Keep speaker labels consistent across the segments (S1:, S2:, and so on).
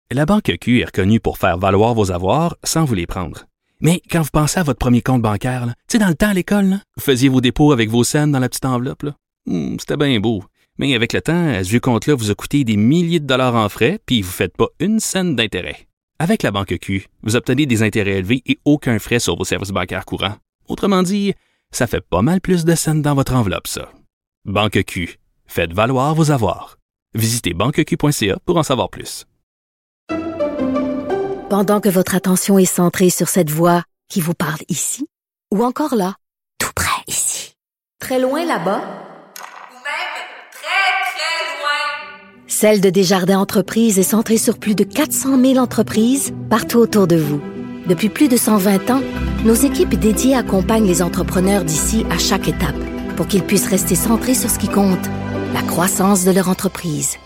S1: La Banque Q est reconnue pour faire valoir vos avoirs sans vous les prendre. Mais quand vous pensez à votre premier compte bancaire, tu sais, dans le temps à l'école, là, vous faisiez vos dépôts avec vos scènes dans la petite enveloppe. Là. C'était bien beau. Mais avec le temps, ce vieux compte-là vous a coûté des milliers de dollars en frais, puis vous ne faites pas une scène d'intérêt. Avec la Banque Q, vous obtenez des intérêts élevés et aucun frais sur vos services bancaires courants. Autrement dit, ça fait pas mal plus de scènes dans votre enveloppe, ça. Banque Q. Faites valoir vos avoirs. Visitez banqueq.ca pour en savoir plus.
S2: Pendant que votre attention est centrée sur cette voix qui vous parle ici, ou encore là, tout près ici, très loin là-bas,
S3: ou même très, très loin,
S2: Celle de Desjardins Entreprises est centrée sur plus de 400 000 entreprises partout autour de vous. Depuis plus de 120 ans, nos équipes dédiées accompagnent les entrepreneurs d'ici à chaque étape pour qu'ils puissent rester centrés sur ce qui compte, la croissance de leur entreprise.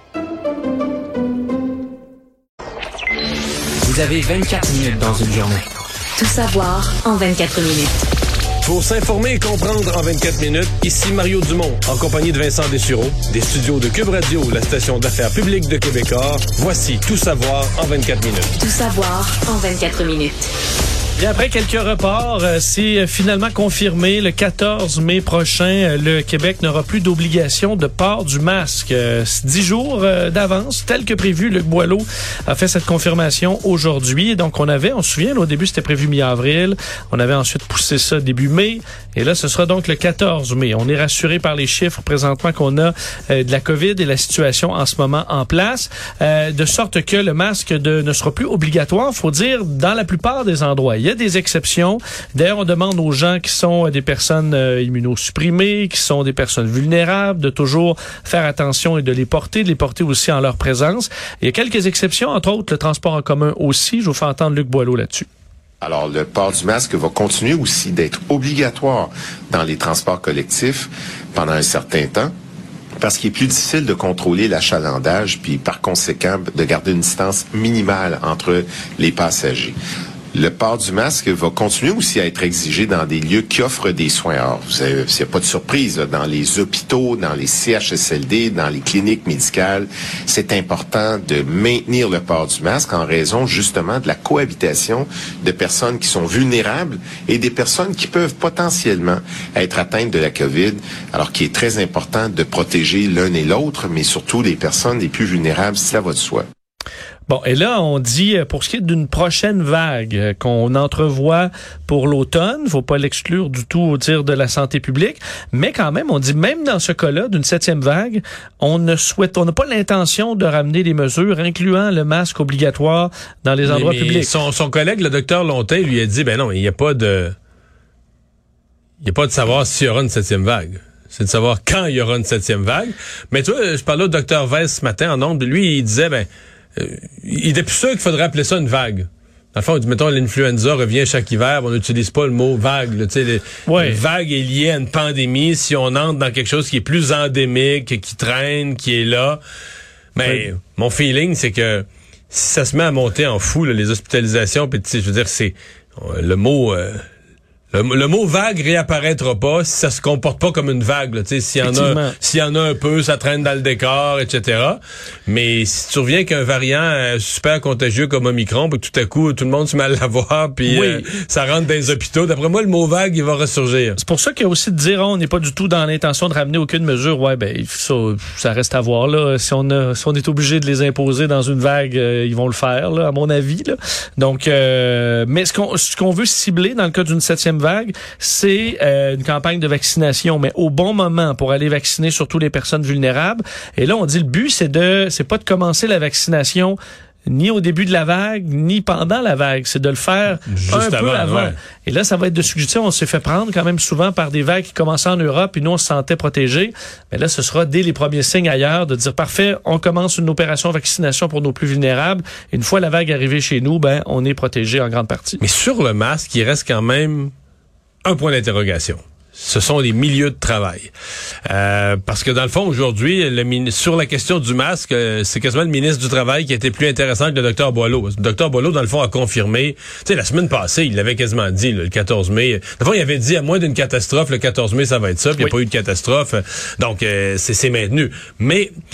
S4: Vous avez 24 minutes dans une journée.
S2: Tout savoir en 24 minutes.
S5: Pour s'informer et comprendre en 24 minutes, ici Mario Dumont, en compagnie de Vincent Dessureau, des studios de Cube Radio, la station d'affaires publique de Québécois. Voici Tout savoir en 24 minutes.
S2: Tout savoir en 24 minutes.
S6: Et après quelques reports, c'est finalement confirmé. Le 14 mai prochain, le Québec n'aura plus d'obligation de port du masque. 10 jours d'avance, tel que prévu. Luc Boileau a fait cette confirmation aujourd'hui. Donc, on se souvient, là, au début, c'était prévu mi-avril. On avait ensuite poussé ça début mai. Et là, ce sera donc le 14 mai. On est rassuré par les chiffres présentement qu'on a de la COVID et la situation en ce moment en place. De sorte que le masque ne sera plus obligatoire, faut dire, dans la plupart des endroits. Il y a des exceptions. D'ailleurs, on demande aux gens qui sont des personnes immunosupprimées, qui sont des personnes vulnérables, de toujours faire attention et de les porter aussi en leur présence. Il y a quelques exceptions, entre autres le transport en commun aussi. Je vous fais entendre Luc Boileau là-dessus.
S7: Alors, le port du masque va continuer aussi d'être obligatoire dans les transports collectifs pendant un certain temps, parce qu'il est plus difficile de contrôler l'achalandage, puis par conséquent, de garder une distance minimale entre les passagers. Le port du masque va continuer aussi à être exigé dans des lieux qui offrent des soins. Alors, s'il n'y a pas de surprise, là, dans les hôpitaux, dans les CHSLD, dans les cliniques médicales, c'est important de maintenir le port du masque en raison justement de la cohabitation de personnes qui sont vulnérables et des personnes qui peuvent potentiellement être atteintes de la COVID. Alors qu'il est très important de protéger l'un et l'autre, mais surtout les personnes les plus vulnérables, cela va de soi.
S6: Bon, et là, on dit, pour ce qui est d'une prochaine vague qu'on entrevoit pour l'automne, faut pas l'exclure du tout au tir de la santé publique, mais quand même, on dit, même dans ce cas-là, d'une 7e vague, on n'a pas l'intention de ramener des mesures, incluant le masque obligatoire dans les endroits publics.
S5: Son collègue, le docteur Lontin, lui a dit, ben non, il n'y a pas de savoir s'il y aura une 7e vague. C'est de savoir quand il y aura une 7e vague. Mais tu vois, je parlais au docteur Weiss ce matin en ondes, lui, il disait, il était plus sûr qu'il faudrait appeler ça une vague. Dans le fond, mettons, l'influenza revient chaque hiver, on n'utilise pas le mot vague. Là, une vague est liée à une pandémie. Si on entre dans quelque chose qui est plus endémique, qui traîne, qui est là. Mais mon feeling, c'est que si ça se met à monter en fou, là, les hospitalisations, puis je veux dire, c'est le mot... Le mot vague réapparaîtra pas si ça se comporte pas comme une vague. Là. S'il y en a un peu, ça traîne dans le décor, etc. Mais si tu reviens qu'un variant super contagieux comme Omicron, puis tout à coup, tout le monde se met à l'avoir, puis ça rentre dans les hôpitaux, d'après moi, le mot vague, il va ressurgir.
S6: C'est pour ça qu'il y a aussi de dire, on n'est pas du tout dans l'intention de ramener aucune mesure. Ça reste à voir. Là. Si on est obligé de les imposer dans une vague, ils vont le faire, là, à mon avis. Là. Donc, mais ce qu'on veut cibler dans le cas d'une 7e vague, c'est une campagne de vaccination, mais au bon moment pour aller vacciner surtout les personnes vulnérables. Et là, on dit le but, c'est pas de commencer la vaccination ni au début de la vague, ni pendant la vague. C'est de le faire juste un peu avant. Ouais. Et là, ça va être de suggester, on s'est fait prendre quand même souvent par des vagues qui commençaient en Europe, et nous, on se sentait protégés. Mais là, ce sera dès les premiers signes ailleurs de dire, parfait, on commence une opération vaccination pour nos plus vulnérables. Et une fois la vague arrivée chez nous, on est protégé en grande partie.
S5: Mais sur le masque, il reste quand même un point d'interrogation. Ce sont les milieux de travail. Parce que dans le fond, aujourd'hui, sur la question du masque, c'est quasiment le ministre du Travail qui a été plus intéressant que le docteur Boileau. Le docteur Boileau, dans le fond, a confirmé, tu sais, la semaine passée, il l'avait quasiment dit, le 14 mai. Dans le fond, il avait dit, à moins d'une catastrophe, le 14 mai, ça va être ça, puis il n'y a pas eu de catastrophe. Donc, c'est maintenu. Mais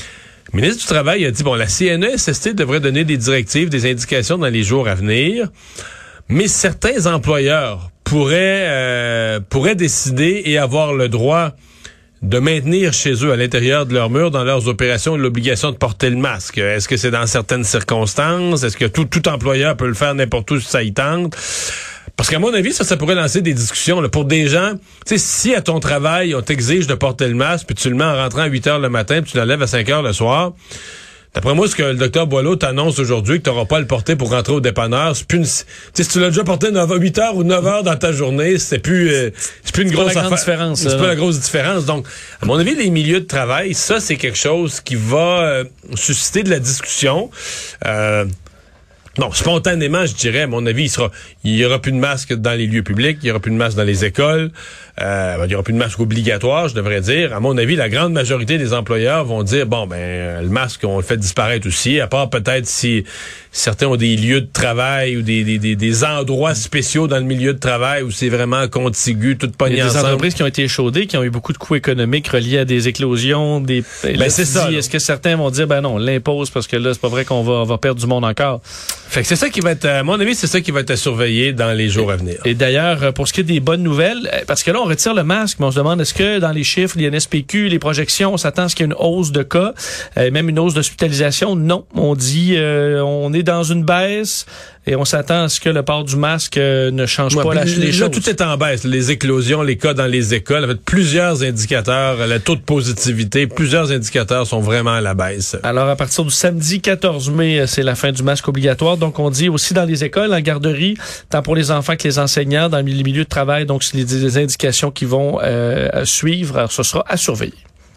S5: Le ministre du Travail a dit, la CNESST devrait donner des directives, des indications dans les jours à venir, mais certains employeurs pourraient décider et avoir le droit de maintenir chez eux, à l'intérieur de leurs murs, dans leurs opérations, l'obligation de porter le masque. Est-ce que c'est dans certaines circonstances? Est-ce que tout employeur peut le faire n'importe où si ça y tente? Parce qu'à mon avis, ça pourrait lancer des discussions là, pour des gens. Tu sais, si à ton travail, on t'exige de porter le masque, puis tu le mets en rentrant à 8 heures le matin, puis tu l'enlèves à 5 heures le soir... D'après moi, ce que le docteur Boileau t'annonce aujourd'hui, que tu n'auras pas à le porter pour rentrer au dépanneur, c'est plus si tu l'as déjà porté 8 heures ou 9 heures dans ta journée, c'est plus une grosse affaire. C'est pas la grosse différence. Donc, à mon avis, les milieux de travail, ça, c'est quelque chose qui va susciter de la discussion. Non, spontanément, je dirais, à mon avis, il y aura plus de masque dans les lieux publics, il y aura plus de masque dans les écoles, il y aura plus de masque obligatoire, je devrais dire. À mon avis, la grande majorité des employeurs vont dire, le masque, on le fait disparaître aussi, à part peut-être si certains ont des lieux de travail ou des endroits spéciaux dans le milieu de travail où c'est vraiment contigu, tout pogné ensemble.
S6: Des entreprises qui ont été échaudées, qui ont eu beaucoup de coûts économiques reliés à des éclosions,
S5: c'est ça.
S6: Est-ce que certains vont dire, non, on l'impose parce que là, c'est pas vrai qu'on va perdre du monde encore?
S5: Fait que c'est ça qui va être, à mon avis, c'est ça qui va être à surveiller dans les jours à venir.
S6: Et d'ailleurs, pour ce qui est des bonnes nouvelles, parce que là, on retire le masque, mais on se demande, est-ce que dans les chiffres, les NSPQ, les projections, on s'attend à ce qu'il y ait une hausse de cas, même une hausse d'hospitalisation? Non. On dit, on est dans une baisse et on s'attend à ce que le port du masque ne change pas les choses.
S5: Tout est en baisse. Les éclosions, les cas dans les écoles, en fait, plusieurs indicateurs, le taux de positivité, plusieurs indicateurs sont vraiment à la baisse. Alors,
S6: à partir du samedi 14 mai, c'est la fin du masque obligatoire. Donc, on dit aussi dans les écoles, en garderie, tant pour les enfants que les enseignants, dans les milieux de travail, donc c'est des indications qui vont suivre. Alors, ce sera à surveiller.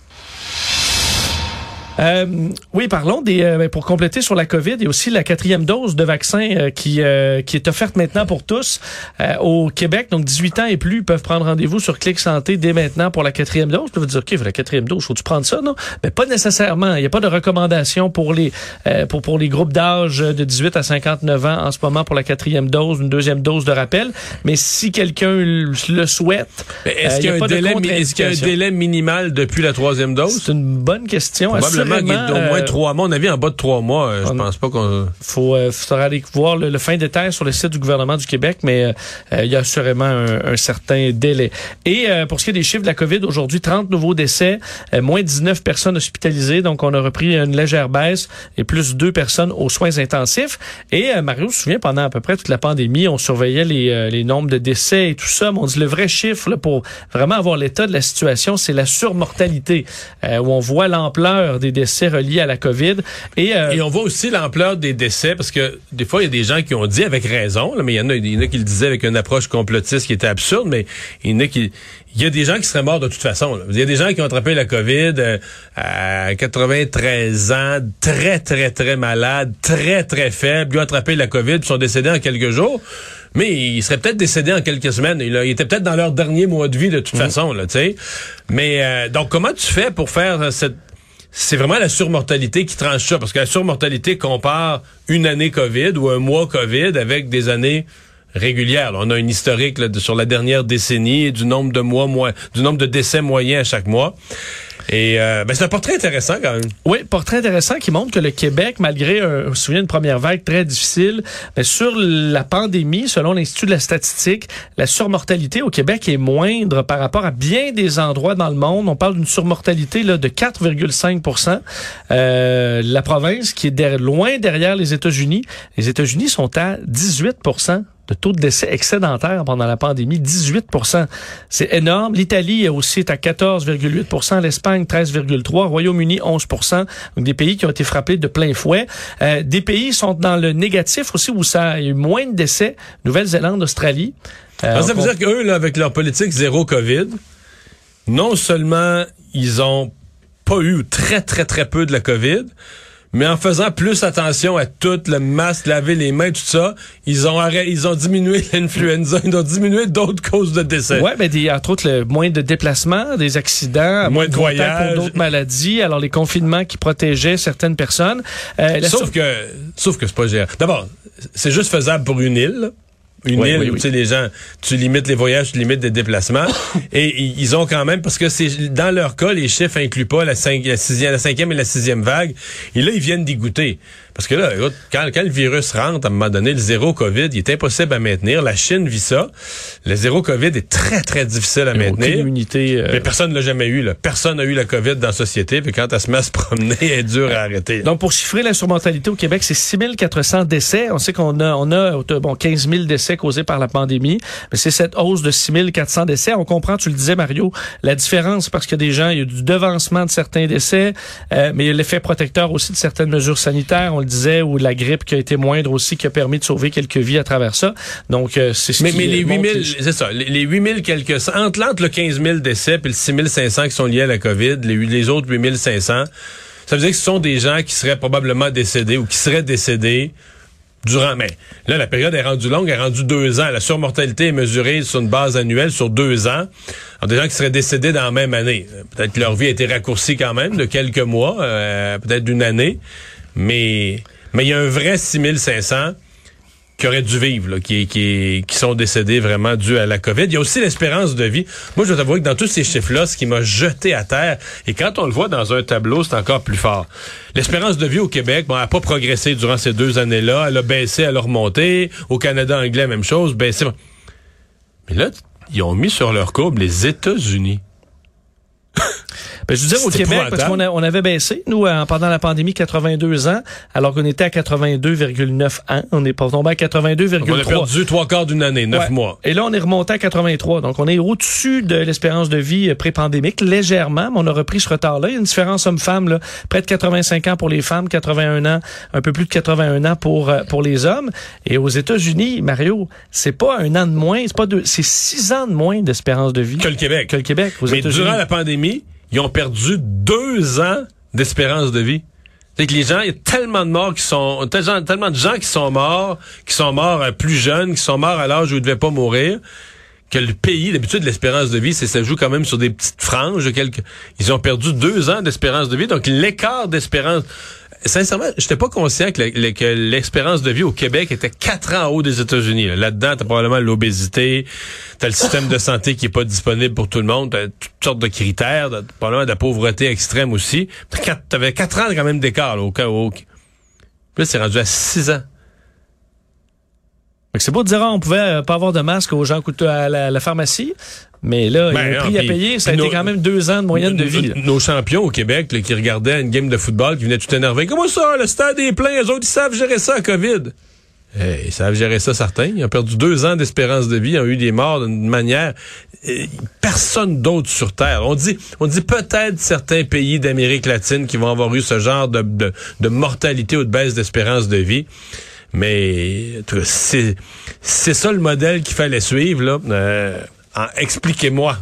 S6: Oui, parlons pour compléter sur la COVID, il y a aussi la 4e dose de vaccin qui est offerte maintenant pour tous au Québec. Donc, 18 ans et plus peuvent prendre rendez-vous sur Clic Santé dès maintenant pour la 4e dose. Vous dire, OK, la 4e dose, faut-tu prendre ça, non? Mais pas nécessairement. Il n'y a pas de recommandation pour les groupes d'âge de 18 à 59 ans en ce moment pour la 4e dose, une 2e dose de rappel. Mais si quelqu'un le souhaite,
S5: est-ce qu'il y a un délai minimal depuis la 3e dose?
S6: C'est une bonne question.
S5: Probablement qu'il est d'au moins 3 mois. On a vu en bas de 3 mois. Je pense pas qu'on...
S6: Faudra aller voir le fin détail sur le site du gouvernement du Québec, mais il y a assurément un certain délai. Et pour ce qui est des chiffres de la COVID, aujourd'hui, 30 nouveaux décès, moins 19 personnes hospitalisées. Donc, on a repris une légère baisse et plus 2 personnes aux soins intensifs. Et Mario se souvient, pendant à peu près toute la pandémie, on surveillait les nombres de décès et tout ça. Mais on dit le vrai chiffre là, pour vraiment avoir l'état de la situation, c'est la surmortalité, où on voit l'ampleur des décès reliés à la COVID. Et
S5: on voit aussi l'ampleur des décès, parce que des fois, il y a des gens qui ont dit avec raison, là, mais il y en a qui le disaient avec une approche complotiste qui était absurde, mais il y a des gens qui seraient morts de toute façon. Là. Il y a des gens qui ont attrapé la COVID à 93 ans, très, très, très malades, très, très faibles, ils ont attrapé la COVID, puis sont décédés en quelques jours. Mais ils seraient peut-être décédés en quelques semaines. Ils étaient peut-être dans leur dernier mois de vie de toute façon, là, tu sais. Mais donc, comment tu fais pour faire cette... C'est vraiment la surmortalité qui tranche ça, parce que la surmortalité compare une année COVID ou un mois COVID avec des années régulières. Là, on a une historique là, sur la dernière décennie du nombre de décès moyens à chaque mois. Et c'est un portrait intéressant quand même.
S6: Oui, portrait intéressant qui montre que le Québec, malgré je me souviens d'une première vague très difficile, mais sur la pandémie, selon l'Institut de la statistique, la surmortalité au Québec est moindre par rapport à bien des endroits dans le monde. On parle d'une surmortalité là, de 4,5 %. La province qui est loin derrière les États-Unis. Les États-Unis sont à 18 % de taux de décès excédentaire pendant la pandémie, 18 %. C'est énorme. L'Italie aussi est à 14,8 %, l'Espagne 13,3 %, Royaume-Uni 11 %. Donc des pays qui ont été frappés de plein fouet. Des pays sont dans le négatif aussi où ça il y a eu moins de décès. Nouvelle-Zélande, Australie.
S5: Ça veut dire qu'eux, là, avec leur politique zéro COVID, non seulement ils ont pas eu très, très, très peu de la COVID, mais en faisant plus attention à tout, le masque, laver les mains, tout ça, ils ont diminué l'influenza, ils ont diminué d'autres causes de décès.
S6: Ouais, mais entre autres, moins de déplacements, des accidents,
S5: moins de voyages
S6: pour d'autres maladies, alors les confinements qui protégeaient certaines personnes.
S5: Sauf que c'est pas gérant. D'abord, c'est juste faisable pour une île, là. Une île où, tu sais, les gens, tu limites les voyages, tu limites les déplacements. Et ils ont quand même, parce que c'est dans leur cas, les chiffres incluent pas la 5e et la 6e vague. Et là, ils viennent d'y goûter. Parce que là, écoute, quand le virus rentre, à un moment donné, le zéro COVID, il est impossible à maintenir. La Chine vit ça. Le zéro COVID est très, très difficile à maintenir.
S6: Aucune immunité.
S5: Mais personne ne l'a jamais eu, là. Personne n'a eu la COVID dans la société. Puis quand elle se met à se promener, elle est dure à arrêter.
S6: Donc, pour chiffrer l'insurmontalité au Québec, c'est 6400 décès. On sait qu'on a 15 000 décès causés par la pandémie. Mais c'est cette hausse de 6400 décès. On comprend, tu le disais, Mario, la différence parce que des gens, il y a du devancement de certains décès, mais il y a l'effet protecteur aussi de certaines mesures sanitaires. On le disait, ou la grippe qui a été moindre aussi, qui a permis de sauver quelques vies à travers ça. Donc, c'est ce
S5: mais les 8000, c'est ça, les 8000 quelques, entre le 15 000 décès puis le 6500 qui sont liés à la COVID, les autres 8500, ça veut dire que ce sont des gens qui seraient probablement décédés ou qui seraient décédés durant, mais là, la période est rendue longue, elle est rendue 2 ans. La surmortalité est mesurée sur une base annuelle sur 2 ans. Alors, des gens qui seraient décédés dans la même année. Peut-être que leur vie a été raccourcie quand même de quelques mois, peut-être d'une année. Mais il y a un vrai 6500 qui auraient dû vivre, là, qui sont décédés vraiment dû à la COVID. Il y a aussi l'espérance de vie. Moi, je dois t'avouer que dans tous ces chiffres-là, ce qui m'a jeté à terre, et quand on le voit dans un tableau, c'est encore plus fort. L'espérance de vie au Québec, bon, elle n'a pas progressé durant ces 2 années-là. Elle a baissé, elle a remonté. Au Canada anglais, même chose, baissé. Mais là, ils ont mis sur leur courbe les États-Unis.
S6: Ben, je veux dire, au Québec, parce qu'on avait baissé, nous, pendant la pandémie, 82 ans, alors qu'on était à 82,9 ans. On est pas tombé à 82,3.
S5: On a perdu 3/4 d'une année, 9 mois.
S6: Et là, on est remonté à 83. Donc, on est au-dessus de l'espérance de vie pré-pandémique, légèrement, mais on a repris ce retard-là. Il y a une différence homme-femme, là, près de 85 ans pour les femmes, 81 ans, un peu plus de 81 ans pour les hommes. Et aux États-Unis, Mario, c'est pas 1 an de moins, c'est 6 ans de moins d'espérance de vie.
S5: Que le Québec.
S6: Aux
S5: mais
S6: États-Unis.
S5: Durant la pandémie, ils ont perdu 2 ans d'espérance de vie. C'est que les gens, il y a tellement de morts tellement de gens qui sont morts plus jeunes, qui sont morts à l'âge où ils devaient pas mourir, que le pays, d'habitude, l'espérance de vie, ça joue quand même sur des petites franges. Ils ont perdu 2 ans d'espérance de vie, donc l'écart d'espérance. Sincèrement, j'étais pas conscient que l'espérance de vie au Québec était 4 ans en haut des États-Unis. Là-dedans, t'as probablement l'obésité, t'as le système de santé qui est pas disponible pour tout le monde, t'as toutes sortes de critères, t'as probablement de la pauvreté extrême aussi. T'avais 4 ans quand même d'écart, là, au cas où. Puis là, c'est rendu à 6 ans.
S6: C'est beau de dire, on pouvait pas avoir de masque aux gens à la pharmacie, mais là, il y a un prix à payer. Ça a été quand même 2 ans de moyenne de vie.
S5: Nos champions au Québec, là, qui regardaient une game de football, qui venaient tout énerver. Comment ça, le stade est plein, eux autres, ils savent gérer ça, la COVID. Ils savent gérer ça, certains. Ils ont perdu 2 ans d'espérance de vie, ils ont eu des morts d'une manière... personne d'autre sur Terre. On dit peut-être certains pays d'Amérique latine qui vont avoir eu ce genre de mortalité ou de baisse d'espérance de vie. Mais c'est ça le modèle qu'il fallait suivre, là. Expliquez-moi.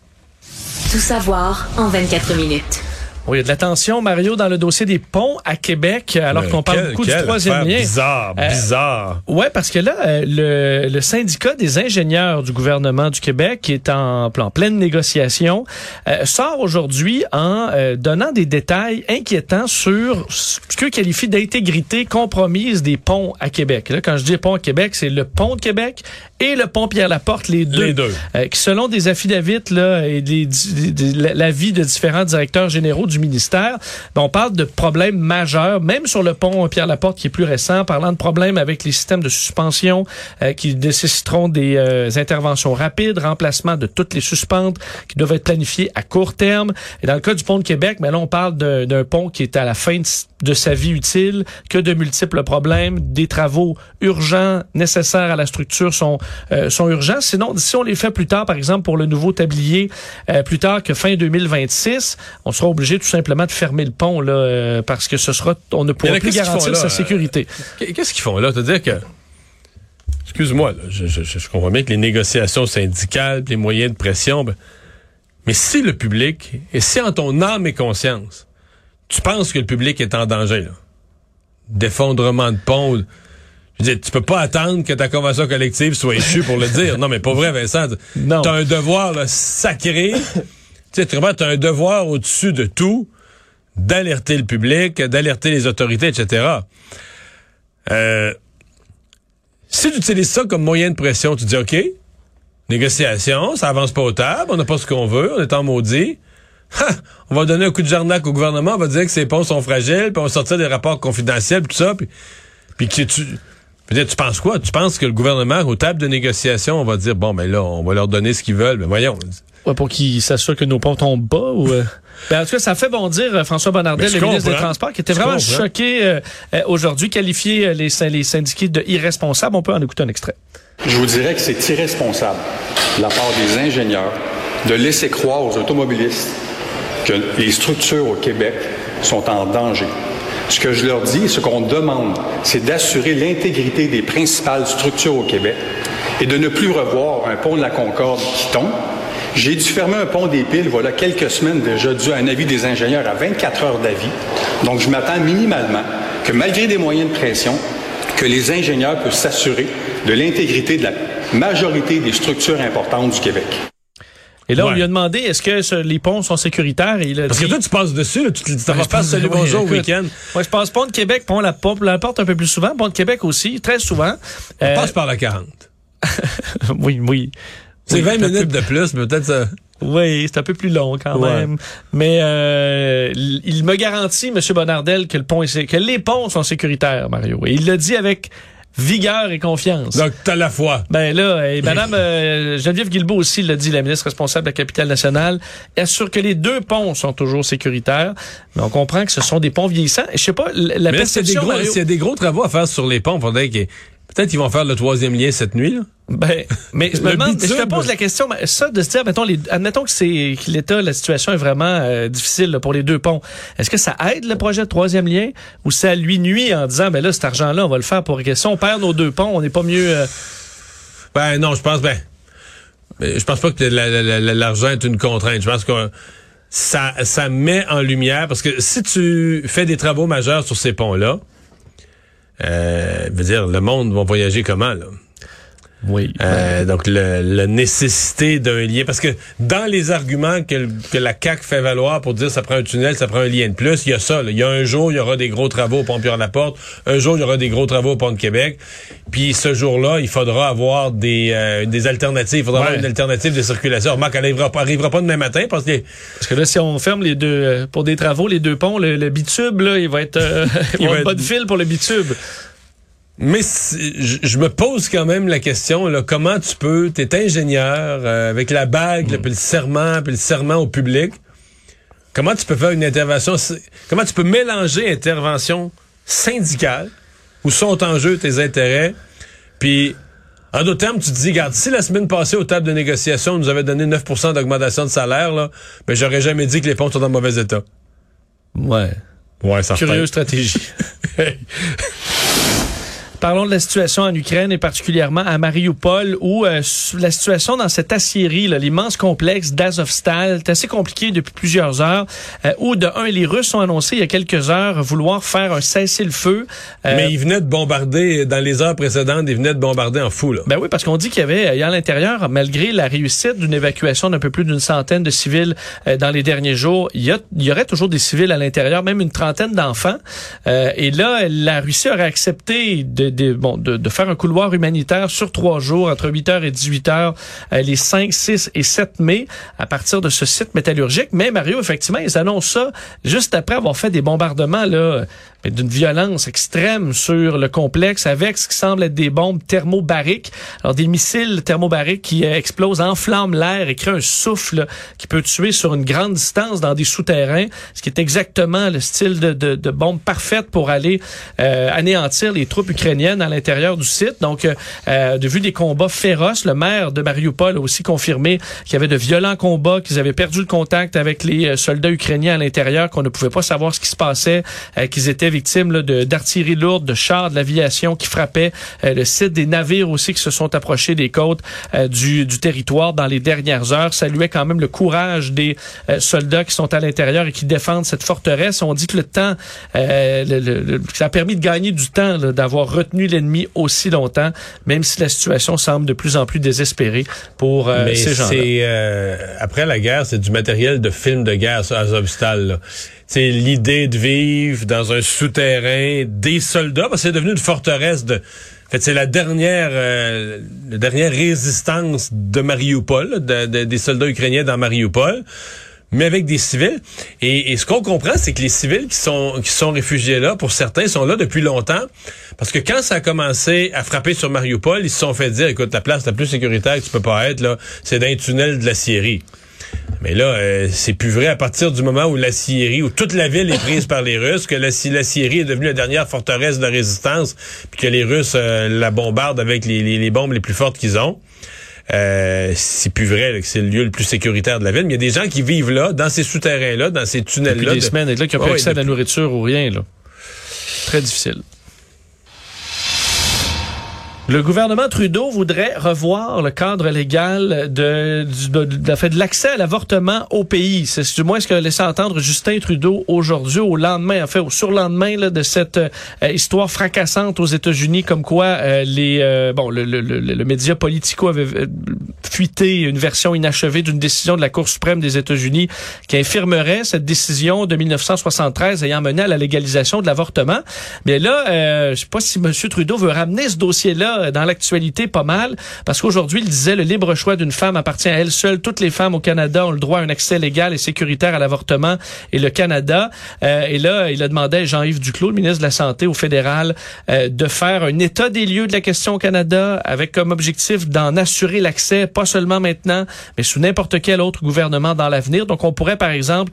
S2: Tout savoir en 24 minutes.
S6: Oui, il y a de la tension, Mario, dans le dossier des ponts à Québec, alors qu'on parle beaucoup du troisième lien.
S5: Bizarre.
S6: Ouais, parce que là, le syndicat des ingénieurs du gouvernement du Québec, qui est en pleine négociation, sort aujourd'hui en donnant des détails inquiétants sur ce qu'il qualifie d'intégrité compromise des ponts à Québec. Là, quand je dis pont à Québec, c'est le pont de Québec et le pont Pierre-Laporte, les deux. Qui, selon des affidavits là, et l'avis de différents directeurs généraux du ministère, on parle de problèmes majeurs, même sur le pont Pierre-Laporte qui est plus récent, parlant de problèmes avec les systèmes de suspension qui nécessiteront des interventions rapides, remplacement de toutes les suspentes qui doivent être planifiées à court terme. Et dans le cas du pont de Québec, mais là on parle d'un pont qui est à la fin de sa vie utile, que de multiples problèmes, des travaux urgents nécessaires à la structure sont urgents. Sinon, si on les fait plus tard, par exemple pour le nouveau tablier, plus tard que fin 2026, on sera obligé tout simplement de fermer le pont là, parce que on ne pourra plus garantir sa sécurité.
S5: Qu'est-ce qu'ils font là? C'est-à-dire que, excuse-moi, là, je comprends bien que les négociations syndicales, les moyens de pression, mais si le public, et si en ton âme et conscience, tu penses que le public est en danger, là, d'effondrement de pont, je veux dire, tu peux pas attendre que ta convention collective soit échue pour le dire. Non, mais pas vrai, Vincent.
S6: Non.
S5: T'as un devoir là, sacré. Tu sais, t'as un devoir au-dessus de tout d'alerter le public, d'alerter les autorités, etc. Si tu utilises ça comme moyen de pression, tu dis, OK, négociation, ça avance pas aux tables, on n'a pas ce qu'on veut, on est en maudit. On va donner un coup de jarnac au gouvernement, on va dire que ces ponts sont fragiles, puis on va sortir des rapports confidentiels, puis tout ça, puis tu penses quoi? Tu penses que le gouvernement, aux tables de négociation, on va dire, bon, ben là, on va leur donner ce qu'ils veulent, mais voyons.
S6: Ouais, pour qu'ils s'assurent que nos ponts tombent pas ou... Ben, en tout cas, ça fait bondir François Bonnardel, le ministre des Transports, qui était vraiment choqué aujourd'hui, qualifié les syndiqués de irresponsables. On peut en écouter un extrait.
S8: Je vous dirais que c'est irresponsable de la part des ingénieurs de laisser croire aux automobilistes que les structures au Québec sont en danger. Ce que je leur dis, ce qu'on demande, c'est d'assurer l'intégrité des principales structures au Québec et de ne plus revoir un pont de la Concorde qui tombe. J'ai dû fermer un pont des Piles, voilà quelques semaines déjà, dû à un avis des ingénieurs à 24 heures d'avis. Donc, je m'attends minimalement que, malgré des moyens de pression, que les ingénieurs peuvent s'assurer de l'intégrité de la majorité des structures importantes du Québec.
S6: Et là, on lui a demandé, est-ce que les ponts sont sécuritaires? Et il a
S5: Parce
S6: dit,
S5: que toi, tu passes dessus, là, tu vas faire salut bonjour au week-end.
S6: Moi, je passe pont de Québec, pont la porte un peu plus souvent, pont de Québec aussi, très souvent.
S5: On passe par la 40.
S6: Oui.
S5: C'est 20 minutes de plus, mais peut-être ça...
S6: Oui, c'est un peu plus long quand même. Mais il me garantit, M. Bonnardel, que les ponts sont sécuritaires, Mario. Et il l'a dit avec vigueur et confiance.
S5: Donc, t'as la foi.
S6: Ben là, et Mme Geneviève Guilbeault aussi l'a dit, la ministre responsable de la capitale nationale, assure que les deux ponts sont toujours sécuritaires. Mais on comprend que ce sont des ponts vieillissants. Et je sais pas, la perception...
S5: S'il y a des gros travaux à faire sur les ponts, peut-être qu'ils vont faire le 3e lien cette nuit, là.
S6: Ben, mais je me demande, je te pose la question, ça de se dire, admettons que la situation est vraiment difficile là, pour les deux ponts. Est-ce que ça aide le projet de 3e lien ou ça lui nuit en disant, ben là, cet argent-là, on va le faire pour que si on perd nos deux ponts, on n'est pas mieux...
S5: Ben non, je pense pas que l'argent est une contrainte. Je pense que ça met en lumière, parce que si tu fais des travaux majeurs sur ces ponts-là, veut dire, le monde va voyager comment, là?
S6: Oui.
S5: Donc, la nécessité d'un lien, parce que dans les arguments que la CAQ fait valoir pour dire ça prend un tunnel, ça prend un lien de plus, il y a ça, là. Il y a un jour, il y aura des gros travaux au pont Pierre-Laporte, un jour, il y aura des gros travaux au pont de Québec, puis ce jour-là, il faudra avoir des alternatives, il faudra avoir une alternative de circulation. Remarque, elle arrivera pas demain matin, parce que là, si on ferme les deux, pour des travaux, les deux ponts, le bitube, là, il va être, il va être pas de fil pour le bitube. Mais je me pose quand même la question, là, comment tu peux, t'es ingénieur, avec la bague, là, puis le serment au public, comment tu peux faire une intervention, comment tu peux mélanger intervention syndicale, où sont en jeu tes intérêts, puis en d'autres termes, tu te dis, regarde, si la semaine passée, aux tables de négociation, on nous avait donné 9% d'augmentation de salaire, là, ben j'aurais jamais dit que les ponts sont dans mauvais état.
S6: Ouais, ça curieuse stratégie. Parlons de la situation en Ukraine et particulièrement à Mariupol où la situation dans cette aciérie, là, l'immense complexe d'Azovstal, est assez compliquée depuis plusieurs heures où les Russes ont annoncé il y a quelques heures vouloir faire un cessez-le-feu.
S5: Mais ils venaient de bombarder, dans les heures précédentes, ils venaient de bombarder en fou, là.
S6: Ben oui, parce qu'on dit qu'il y avait à l'intérieur, malgré la réussite d'une évacuation d'un peu plus d'une centaine de civils dans les derniers jours, il y aurait toujours des civils à l'intérieur, même une trentaine d'enfants. Et là, la Russie aurait accepté de faire un couloir humanitaire sur 3 jours, entre 8h et 18h, les 5, 6 et 7 mai, à partir de ce site métallurgique. Mais Mario, effectivement, ils annoncent ça juste après avoir fait des bombardements là d'une violence extrême sur le complexe avec ce qui semble être des bombes thermobariques. Alors, des missiles thermobariques qui explosent, enflamment l'air et créent un souffle qui peut tuer sur une grande distance dans des souterrains, ce qui est exactement le style de bombe parfaite pour aller anéantir les troupes ukrainiennes à l'intérieur du site. Donc, de vue des combats féroces, le maire de Mariupol a aussi confirmé qu'il y avait de violents combats, qu'ils avaient perdu le contact avec les soldats ukrainiens à l'intérieur, qu'on ne pouvait pas savoir ce qui se passait, qu'ils étaient victimes là, d'artillerie lourde, de chars de l'aviation qui frappaient le site, des navires aussi qui se sont approchés des côtes du territoire dans les dernières heures. Saluait quand même le courage des soldats qui sont à l'intérieur et qui défendent cette forteresse. On dit que le temps, ça a permis de gagner du temps, là, d'avoir retenu l'ennemi aussi longtemps, même si la situation semble de plus en plus désespérée pour ces gens-là.
S5: Mais après la guerre, c'est du matériel de film de guerre, ça, Azovstal, là. c'est l'idée de vivre dans un souterrain des soldats, parce que c'est devenu une forteresse de... En fait, c'est la dernière résistance de Mariupol, des soldats ukrainiens dans Mariupol, mais avec des civils. Et ce qu'on comprend, c'est que les civils qui sont réfugiés là, pour certains, sont là depuis longtemps, parce que quand ça a commencé à frapper sur Mariupol, ils se sont fait dire, écoute, la place la plus sécuritaire que tu peux pas être, là, c'est dans les tunnels de la Syrie. Mais là, c'est plus vrai à partir du moment où la Syrie, où toute la ville est prise par les Russes, que la Syrie est devenue la dernière forteresse de résistance, puis que les Russes la bombardent avec les bombes les plus fortes qu'ils ont. C'est plus vrai là, que c'est le lieu le plus sécuritaire de la ville. Mais il y a des gens qui vivent là, dans ces souterrains-là, dans ces tunnels-là.
S6: Depuis des semaines, et là, qui n'ont pas accès à la nourriture ou rien. Là. Très difficile. Le gouvernement Trudeau voudrait revoir le cadre légal de l'accès à l'avortement au pays. C'est du moins ce qu'a laissé entendre Justin Trudeau aujourd'hui, au lendemain, en fait, au surlendemain là, de cette histoire fracassante aux États-Unis, comme quoi le média Politico avait fuité une version inachevée d'une décision de la Cour suprême des États-Unis qui infirmerait cette décision de 1973 ayant mené à la légalisation de l'avortement. Mais là, je sais pas si M. Trudeau veut ramener ce dossier-là dans l'actualité pas mal, parce qu'aujourd'hui, il disait le libre choix d'une femme appartient à elle seule. Toutes les femmes au Canada ont le droit à un accès légal et sécuritaire à l'avortement, et le Canada. Et là, il a demandé à Jean-Yves Duclos, le ministre de la Santé au fédéral, de faire un état des lieux de la question au Canada, avec comme objectif d'en assurer l'accès, pas seulement maintenant, mais sous n'importe quel autre gouvernement dans l'avenir. Donc, on pourrait, par exemple,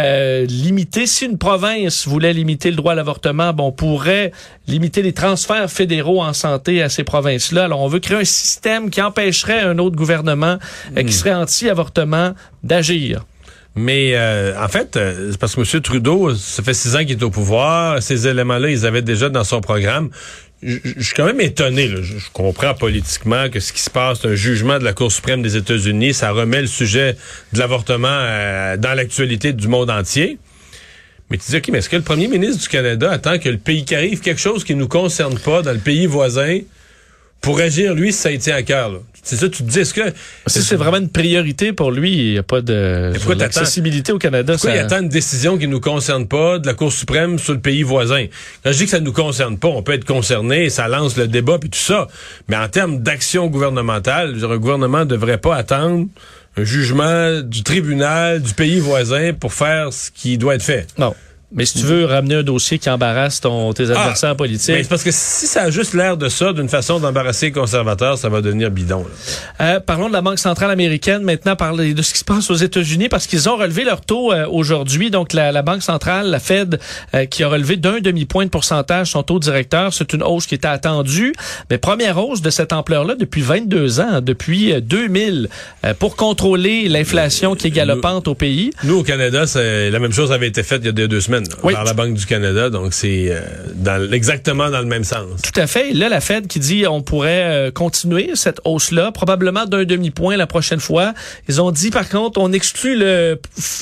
S6: limiter, si une province voulait limiter le droit à l'avortement, on pourrait limiter les transferts fédéraux en santé à ces provinces-là. Alors, on veut créer un système qui empêcherait un autre gouvernement qui serait anti-avortement d'agir.
S5: Mais en fait, c'est parce que M. Trudeau, ça fait 6 ans qu'il est au pouvoir. Ces éléments-là, ils avaient déjà dans son programme. Je suis quand même étonné. Là. Je comprends politiquement que ce qui se passe, c'est un jugement de la Cour suprême des États-Unis. Ça remet le sujet de l'avortement dans l'actualité du monde entier. Mais tu dis, OK, mais est-ce que le premier ministre du Canada attend que le pays qui arrive quelque chose qui nous concerne pas dans le pays voisin pour agir, lui, si ça lui tient à cœur, là? C'est ça, tu te dis, est-ce que...
S6: Si c'est vraiment une priorité pour lui, il n'y a pas de... L'accessibilité au Canada,
S5: pourquoi il attend une décision qui nous concerne pas de la Cour suprême sur le pays voisin? Quand je dis que ça nous concerne pas, on peut être concerné, ça lance le débat puis tout ça. Mais en termes d'action gouvernementale, un gouvernement devrait pas attendre un jugement du tribunal du pays voisin pour faire ce qui doit être fait.
S6: Non. Mais si tu veux ramener un dossier qui embarrasse tes adversaires politiques...
S5: Mais c'est parce que si ça a juste l'air de ça, d'une façon d'embarrasser les conservateurs, ça va devenir bidon. Là.
S6: Parlons de la Banque centrale américaine, maintenant, parler de ce qui se passe aux États-Unis, parce qu'ils ont relevé leur taux aujourd'hui. Donc, la Banque centrale, la Fed, qui a relevé d'1 demi-point de pourcentage son taux directeur. C'est une hausse qui était attendue. Mais première hausse de cette ampleur-là depuis 22 ans, depuis 2000, pour contrôler l'inflation qui est galopante au pays.
S5: Nous, au Canada, la même chose avait été faite il y a 2 semaines.
S6: Oui.
S5: Par la Banque du Canada, donc c'est exactement dans le même sens.
S6: Tout à fait. Et là, la Fed qui dit on pourrait continuer cette hausse-là, probablement d'1 demi-point la prochaine fois. Ils ont dit, par contre, on exclut le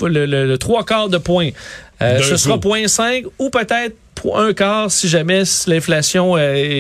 S6: 3/4 de point. Ce sera 0,5 ou peut-être un quart si jamais l'inflation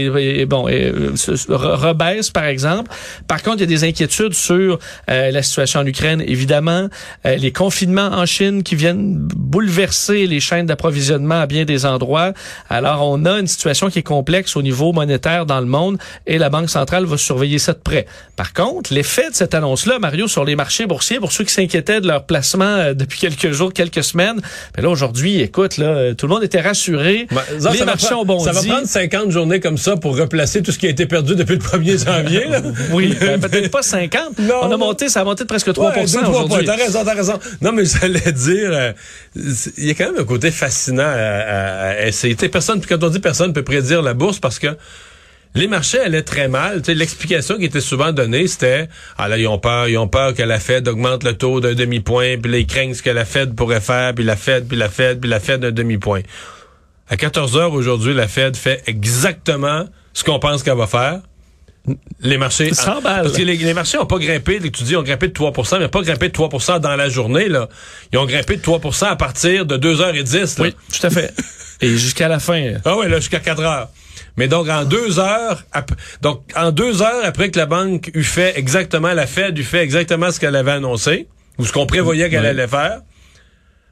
S6: rebaisse, par exemple. Par contre, il y a des inquiétudes sur la situation en Ukraine, évidemment. Les confinements en Chine qui viennent bouleverser les chaînes d'approvisionnement à bien des endroits. Alors, on a une situation qui est complexe au niveau monétaire dans le monde et la Banque centrale va surveiller ça de près. Par contre, l'effet de cette annonce-là, Mario, sur les marchés boursiers, pour ceux qui s'inquiétaient de leur placement depuis quelques jours, quelques semaines, mais là, aujourd'hui, écoute, là, tout le monde était rassuré. Les marchés ont bondi.
S5: Ça va prendre 50 journées comme ça pour replacer tout ce qui a été perdu depuis le 1er janvier. Là.
S6: Oui, peut-être pas 50. Non, ça a monté de presque 3% aujourd'hui.
S5: T'as raison. Non, mais j'allais dire, il y a quand même un côté fascinant à essayer. Personne, puis quand on dit personne peut prédire la bourse parce que les marchés allaient très mal. T'sais, l'explication qui était souvent donnée, c'était là, ils ont peur que la Fed augmente le taux d'un demi-point, puis là, ils craignent ce que la Fed pourrait faire, puis la Fed d'un demi-point. À 14h aujourd'hui, la Fed fait exactement ce qu'on pense qu'elle va faire. Les marchés...
S6: 100 balles.
S5: Parce que les marchés n'ont pas grimpé, tu dis, ils ont grimpé de 3%, mais pas grimpé de 3% dans la journée, là. Ils ont grimpé de 3% à partir de 2h10, là.
S6: Oui, tout à fait. Et jusqu'à la fin.
S5: Ah oui, là, jusqu'à 4h. Mais donc, en 2 heures après que la banque eut fait exactement, la Fed eut fait exactement ce qu'elle avait annoncé, ou ce qu'on prévoyait qu'elle allait faire,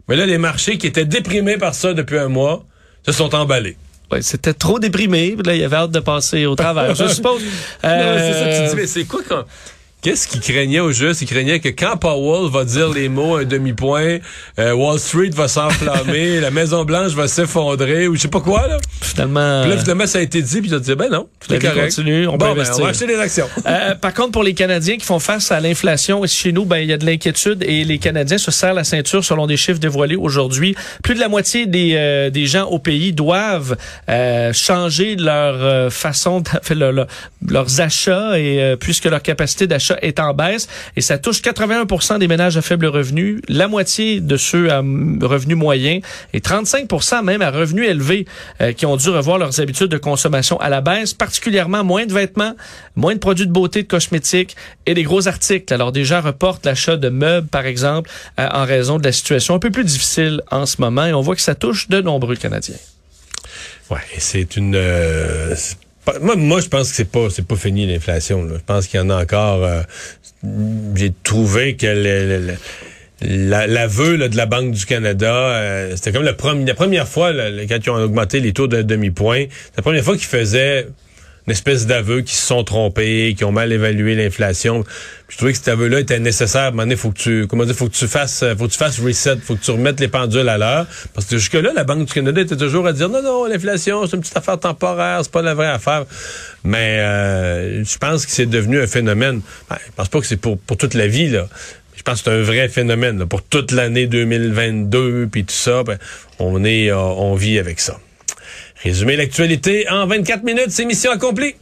S5: Mais là, les marchés qui étaient déprimés par ça depuis un mois se sont emballés.
S6: Ouais, c'était trop déprimé. Là, il avait hâte de passer au travers, je suppose.
S5: Non, c'est ça que tu dis, mais c'est quoi quand... Qu'est-ce qu'il craignait au juste? Il craignait que quand Powell va dire les mots un demi-point, Wall Street va s'enflammer, la Maison-Blanche va s'effondrer, ou je sais pas quoi, là.
S6: Finalement...
S5: Puis là, finalement, ça a été dit, puis il a dit, ben non, tout est correct.
S6: Continue, on peut investir.
S5: On va acheter des actions.
S6: Par contre, pour les Canadiens qui font face à l'inflation, ici chez nous, il y a de l'inquiétude et les Canadiens se serrent la ceinture selon des chiffres dévoilés aujourd'hui. Plus de la moitié des gens au pays doivent changer leur façon de faire leurs achats et puisque leur capacité d'achat est en baisse et ça touche 81% des ménages à faible revenu, la moitié de ceux à revenus moyens et 35% même à revenus élevés qui ont dû revoir leurs habitudes de consommation à la baisse, particulièrement moins de vêtements, moins de produits de beauté, de cosmétiques et des gros articles. Alors des gens reportent l'achat de meubles, par exemple, en raison de la situation un peu plus difficile en ce moment et on voit que ça touche de nombreux Canadiens.
S5: Ouais, c'est une... Moi, je pense que c'est pas fini l'inflation. Là. Je pense qu'il y en a encore. J'ai trouvé que l'aveu de la Banque du Canada, c'était comme la première fois là, quand ils ont augmenté les taux de demi-point. C'est la première fois qu'ils faisaient une espèce d'aveu, qu'ils se sont trompés, qu'ils ont mal évalué l'inflation. Je trouvais que cet aveu-là était nécessaire. À un moment donné, faut que tu fasses reset, faut que tu remettes les pendules à l'heure. Parce que jusque-là, la Banque du Canada était toujours à dire non, l'inflation, c'est une petite affaire temporaire, c'est pas la vraie affaire. Mais je pense que c'est devenu un phénomène. Je pense pas que c'est pour toute la vie, là. Je pense que c'est un vrai phénomène, là. Pour toute l'année 2022, puis tout ça, on vit avec ça. Résumer l'actualité en 24 minutes, c'est mission accomplie.